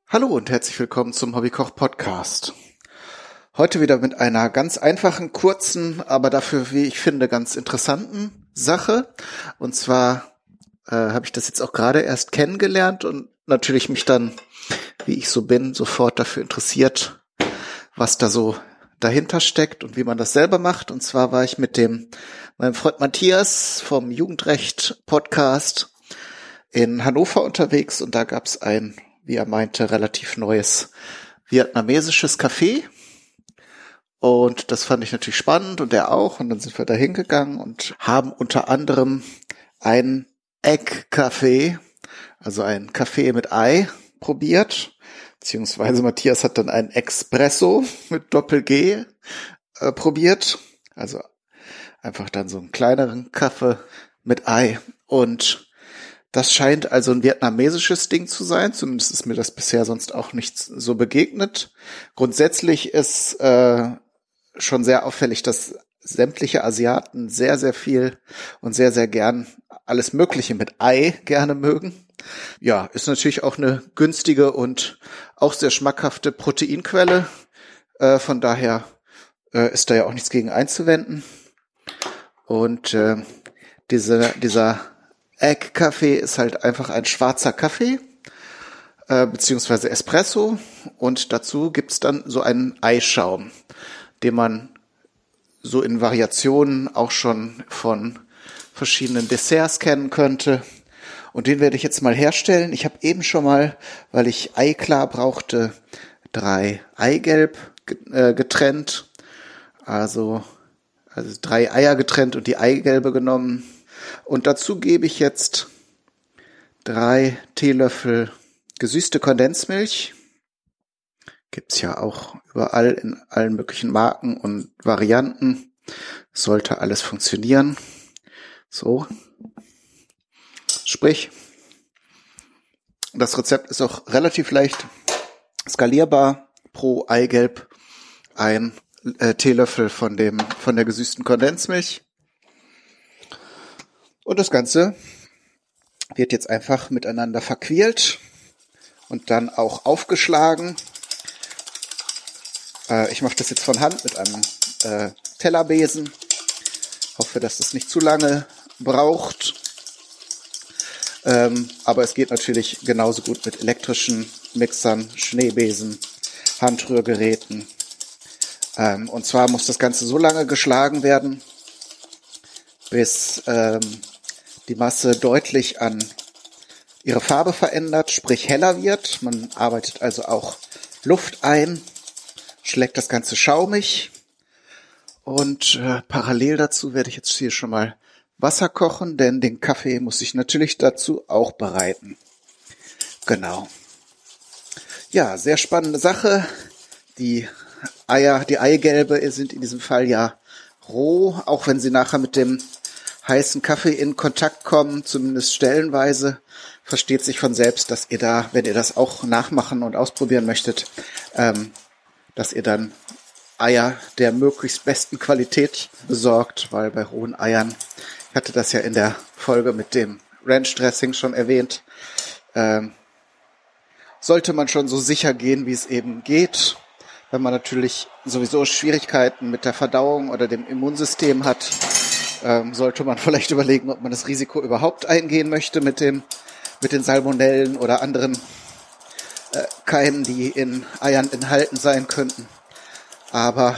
Hallo und herzlich willkommen zum Hobbykoch-Podcast. Heute wieder mit einer ganz einfachen, kurzen, aber dafür, wie ich finde, ganz interessanten Sache. Und zwar habe ich das jetzt auch gerade erst kennengelernt und natürlich mich dann, wie ich so bin, sofort dafür interessiert, was da so dahinter steckt und wie man das selber macht. Und zwar war ich mit meinem Freund Matthias vom Jugendrecht-Podcast in Hannover unterwegs und da gab es ein, wie er meinte, relativ neues vietnamesisches Café. Und das fand ich natürlich spannend und er auch. Und dann sind wir da hingegangen und haben unter anderem ein Egg-Café, also ein Kaffee mit Ei, probiert. Beziehungsweise Matthias hat dann einen Espresso mit Doppel-G probiert. Also einfach dann so einen kleineren Kaffee mit Ei. Und das scheint also ein vietnamesisches Ding zu sein. Zumindest ist mir das bisher sonst auch nicht so begegnet. Grundsätzlich ist schon sehr auffällig, dass sämtliche Asiaten sehr, sehr viel und sehr, sehr gern alles Mögliche mit Ei gerne mögen. Ja, ist natürlich auch eine günstige und auch sehr schmackhafte Proteinquelle. Von daher ist da ja auch nichts gegen einzuwenden. Und dieser Egg-Kaffee ist halt einfach ein schwarzer Kaffee, beziehungsweise Espresso. Und dazu gibt's dann so einen Eischaum, den man so in Variationen auch schon von verschiedenen Desserts kennen könnte. Und den werde ich jetzt mal herstellen. Ich habe eben schon mal, weil ich Eiklar brauchte, 3 Eigelb getrennt. Also 3 Eier getrennt und die Eigelbe genommen. Und dazu gebe ich jetzt 3 Teelöffel gesüßte Kondensmilch. Gibt's ja auch überall in allen möglichen Marken und Varianten. Sollte alles funktionieren. So. Sprich, das Rezept ist auch relativ leicht skalierbar. Pro Eigelb ein Teelöffel von der gesüßten Kondensmilch. Und das Ganze wird jetzt einfach miteinander verquirlt und dann auch aufgeschlagen. Ich mache das jetzt von Hand mit einem Tellerbesen. Hoffe, dass das nicht zu lange braucht. Aber es geht natürlich genauso gut mit elektrischen Mixern, Schneebesen, Handrührgeräten. Und zwar muss das Ganze so lange geschlagen werden, bis die Masse deutlich an ihre Farbe verändert, sprich heller wird. Man arbeitet also auch Luft ein, schlägt das Ganze schaumig und parallel dazu werde ich jetzt hier schon mal Wasser kochen, denn den Kaffee muss ich natürlich dazu auch bereiten. Genau. Ja, sehr spannende Sache. Die Eigelbe sind in diesem Fall ja roh, auch wenn sie nachher mit dem heißen Kaffee in Kontakt kommen, zumindest stellenweise, versteht sich von selbst, dass ihr da, wenn ihr das auch nachmachen und ausprobieren möchtet, dass ihr dann Eier der möglichst besten Qualität besorgt, weil bei rohen Eiern, ich hatte das ja in der Folge mit dem Ranch Dressing schon erwähnt, sollte man schon so sicher gehen, wie es eben geht. Wenn man natürlich sowieso Schwierigkeiten mit der Verdauung oder dem Immunsystem hat, sollte man vielleicht überlegen, ob man das Risiko überhaupt eingehen möchte mit den Salmonellen oder anderen Keime, die in Eiern enthalten sein könnten. Aber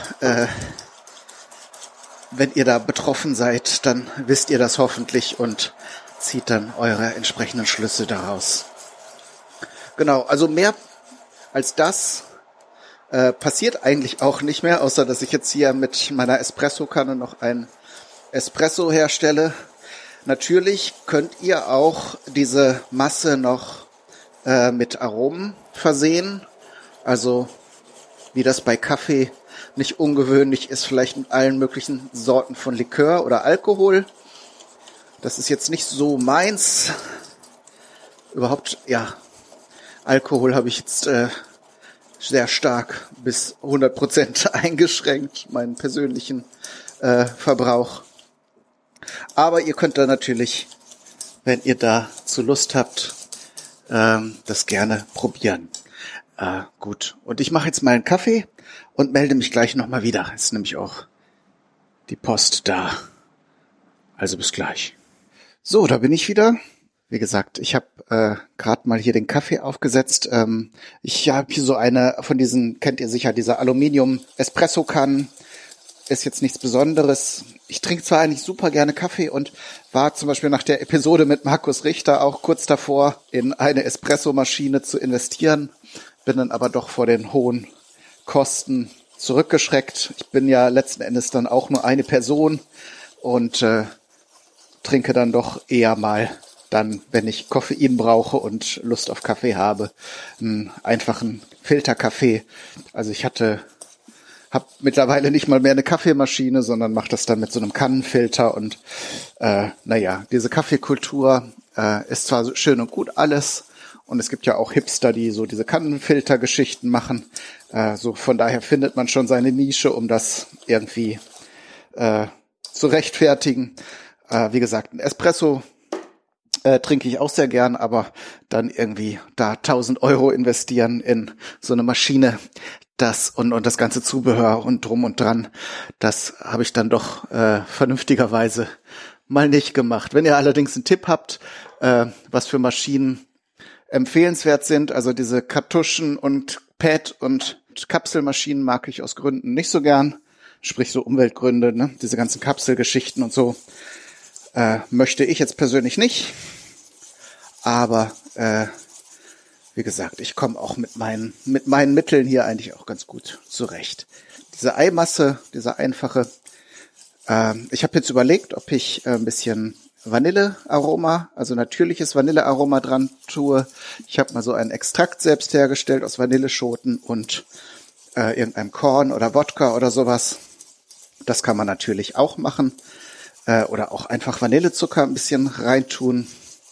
wenn ihr da betroffen seid, dann wisst ihr das hoffentlich und zieht dann eure entsprechenden Schlüsse daraus. Genau, also mehr als das passiert eigentlich auch nicht mehr, außer dass ich jetzt hier mit meiner Espresso-Kanne noch ein Espresso herstelle. Natürlich könnt ihr auch diese Masse noch mit Aromen versehen. Also wie das bei Kaffee nicht ungewöhnlich ist, vielleicht mit allen möglichen Sorten von Likör oder Alkohol. Das ist jetzt nicht so meins. Überhaupt, ja, Alkohol habe ich jetzt sehr stark bis 100% eingeschränkt, meinen persönlichen Verbrauch. Aber ihr könnt da natürlich, wenn ihr dazu Lust habt, das gerne probieren. Gut. Und ich mache jetzt mal einen Kaffee und melde mich gleich nochmal wieder. Ist nämlich auch die Post da. Also bis gleich. So, da bin ich wieder. Wie gesagt, ich habe gerade mal hier den Kaffee aufgesetzt. Ich habe hier so eine von diesen, kennt ihr sicher, diese Aluminium-Espresso-Kannen. Ist jetzt nichts Besonderes. Ich trinke zwar eigentlich super gerne Kaffee und war zum Beispiel nach der Episode mit Markus Richter auch kurz davor, in eine Espresso-Maschine zu investieren. Bin dann aber doch vor den hohen Kosten zurückgeschreckt. Ich bin ja letzten Endes dann auch nur eine Person und trinke dann doch eher mal dann, wenn ich Koffein brauche und Lust auf Kaffee habe, einen einfachen Filterkaffee. Also ich habe mittlerweile nicht mal mehr eine Kaffeemaschine, sondern mache das dann mit so einem Kannenfilter und diese Kaffeekultur ist zwar schön und gut alles und es gibt ja auch Hipster, die so diese Kannenfilter-Geschichten machen. So von daher findet man schon seine Nische, um das irgendwie zu rechtfertigen. Wie gesagt, ein Espresso trinke ich auch sehr gern, aber dann irgendwie da 1.000 Euro investieren in so eine Maschine, das und das ganze Zubehör und drum und dran, das habe ich dann doch vernünftigerweise mal nicht gemacht. Wenn ihr allerdings einen Tipp habt, was für Maschinen empfehlenswert sind, also diese Kartuschen und Pad- und Kapselmaschinen mag ich aus Gründen nicht so gern, sprich so Umweltgründe, ne? Diese ganzen Kapselgeschichten und so möchte ich jetzt persönlich nicht, aber wie gesagt, ich komme auch mit meinen Mitteln hier eigentlich auch ganz gut zurecht. Diese Eimasse, diese einfache, ich habe jetzt überlegt, ob ich ein bisschen Vanillearoma, also natürliches Vanillearoma dran tue. Ich habe mal so einen Extrakt selbst hergestellt aus Vanilleschoten und irgendeinem Korn oder Wodka oder sowas. Das kann man natürlich auch machen. Oder auch einfach Vanillezucker ein bisschen reintun.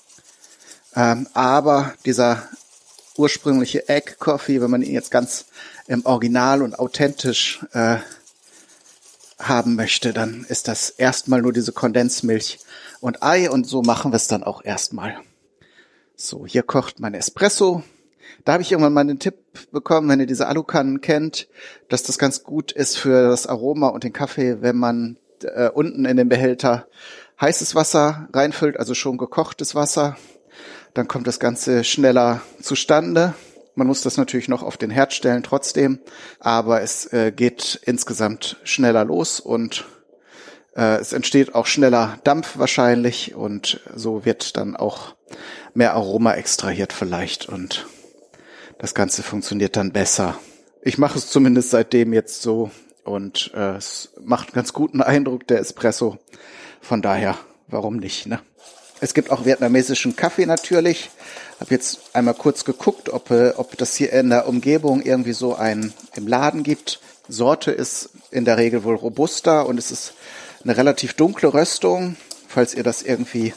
Aber dieser ursprüngliche Egg Coffee, wenn man ihn jetzt ganz im Original und authentisch haben möchte, dann ist das erstmal nur diese Kondensmilch und Ei und so machen wir es dann auch erstmal. So, hier kocht mein Espresso. Da habe ich irgendwann mal einen Tipp bekommen, wenn ihr diese Alukannen kennt, dass das ganz gut ist für das Aroma und den Kaffee, wenn man unten in den Behälter heißes Wasser reinfüllt, also schon gekochtes Wasser. Dann kommt das Ganze schneller zustande. Man muss das natürlich noch auf den Herd stellen trotzdem, aber es geht insgesamt schneller los und es entsteht auch schneller Dampf wahrscheinlich und so wird dann auch mehr Aroma extrahiert vielleicht und das Ganze funktioniert dann besser. Ich mache es zumindest seitdem jetzt so und es macht einen ganz guten Eindruck, der Espresso. Von daher, warum nicht, ne? Es gibt auch vietnamesischen Kaffee natürlich. Habe jetzt einmal kurz geguckt, ob das hier in der Umgebung irgendwie so einen im Laden gibt. Sorte ist in der Regel wohl Robusta und es ist eine relativ dunkle Röstung, falls ihr das irgendwie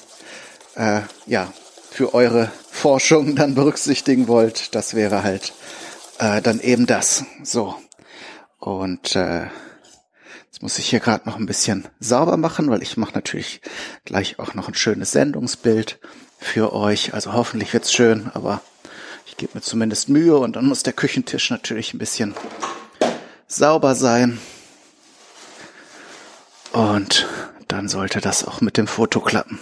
für eure Forschung dann berücksichtigen wollt. Das wäre halt dann eben das. So. Und jetzt muss ich hier gerade noch ein bisschen sauber machen, weil ich mache natürlich gleich auch noch ein schönes Sendungsbild für euch. Also hoffentlich wird's schön, aber ich gebe mir zumindest Mühe und dann muss der Küchentisch natürlich ein bisschen sauber sein. Und dann sollte das auch mit dem Foto klappen.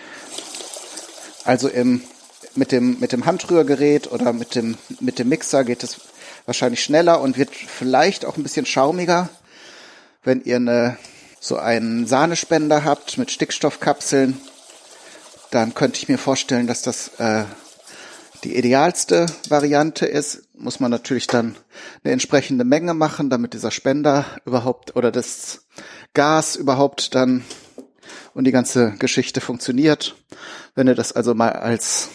Also mit dem Handrührgerät oder mit dem Mixer geht es wahrscheinlich schneller und wird vielleicht auch ein bisschen schaumiger. Wenn ihr so einen Sahnespender habt mit Stickstoffkapseln, dann könnte ich mir vorstellen, dass das die idealste Variante ist. Muss man natürlich dann eine entsprechende Menge machen, damit dieser Spender überhaupt oder das Gas überhaupt dann und die ganze Geschichte funktioniert. Wenn ihr das also mal als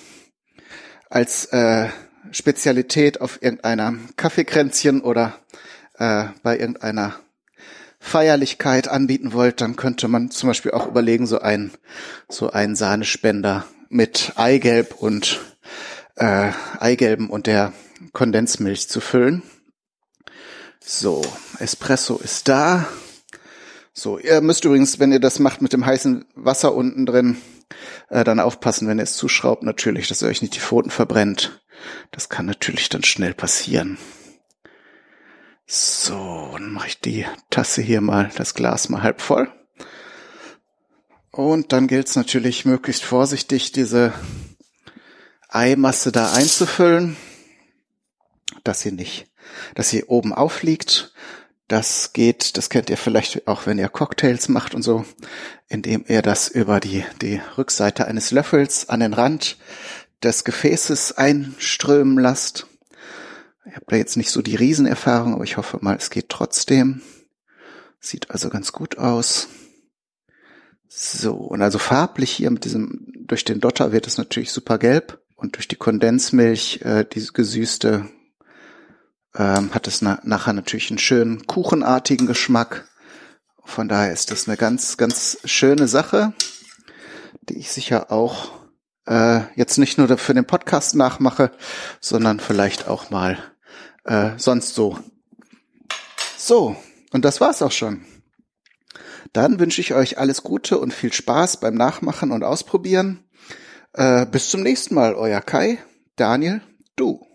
Spezialität auf irgendeiner Kaffeekränzchen oder bei irgendeiner Feierlichkeit anbieten wollt, dann könnte man zum Beispiel auch überlegen, so einen Sahnespender mit Eigelb und Eigelben und der Kondensmilch zu füllen. So, Espresso ist da. So, ihr müsst übrigens, wenn ihr das macht mit dem heißen Wasser unten drin, dann aufpassen, wenn ihr es zuschraubt natürlich, dass ihr euch nicht die Pfoten verbrennt. Das kann natürlich dann schnell passieren. So, dann mache ich die Tasse hier mal, das Glas mal halb voll. Und dann gilt es natürlich, möglichst vorsichtig diese Eimasse da einzufüllen, dass sie oben aufliegt. Das kennt ihr vielleicht auch, wenn ihr Cocktails macht und so, indem ihr das über die Rückseite eines Löffels an den Rand des Gefäßes einströmen lasst. Ich habe da jetzt nicht so die Riesenerfahrung, aber ich hoffe mal, es geht trotzdem. Sieht also ganz gut aus. So, und also farblich hier durch den Dotter wird es natürlich super gelb und durch die Kondensmilch, diese gesüßte, hat es nachher natürlich einen schönen kuchenartigen Geschmack. Von daher ist das eine ganz, ganz schöne Sache, die ich sicher auch jetzt nicht nur für den Podcast nachmache, sondern vielleicht auch mal sonst so. So, und das war's auch schon. Dann wünsche ich euch alles Gute und viel Spaß beim Nachmachen und Ausprobieren. Bis zum nächsten Mal, euer Kai, Daniel, du.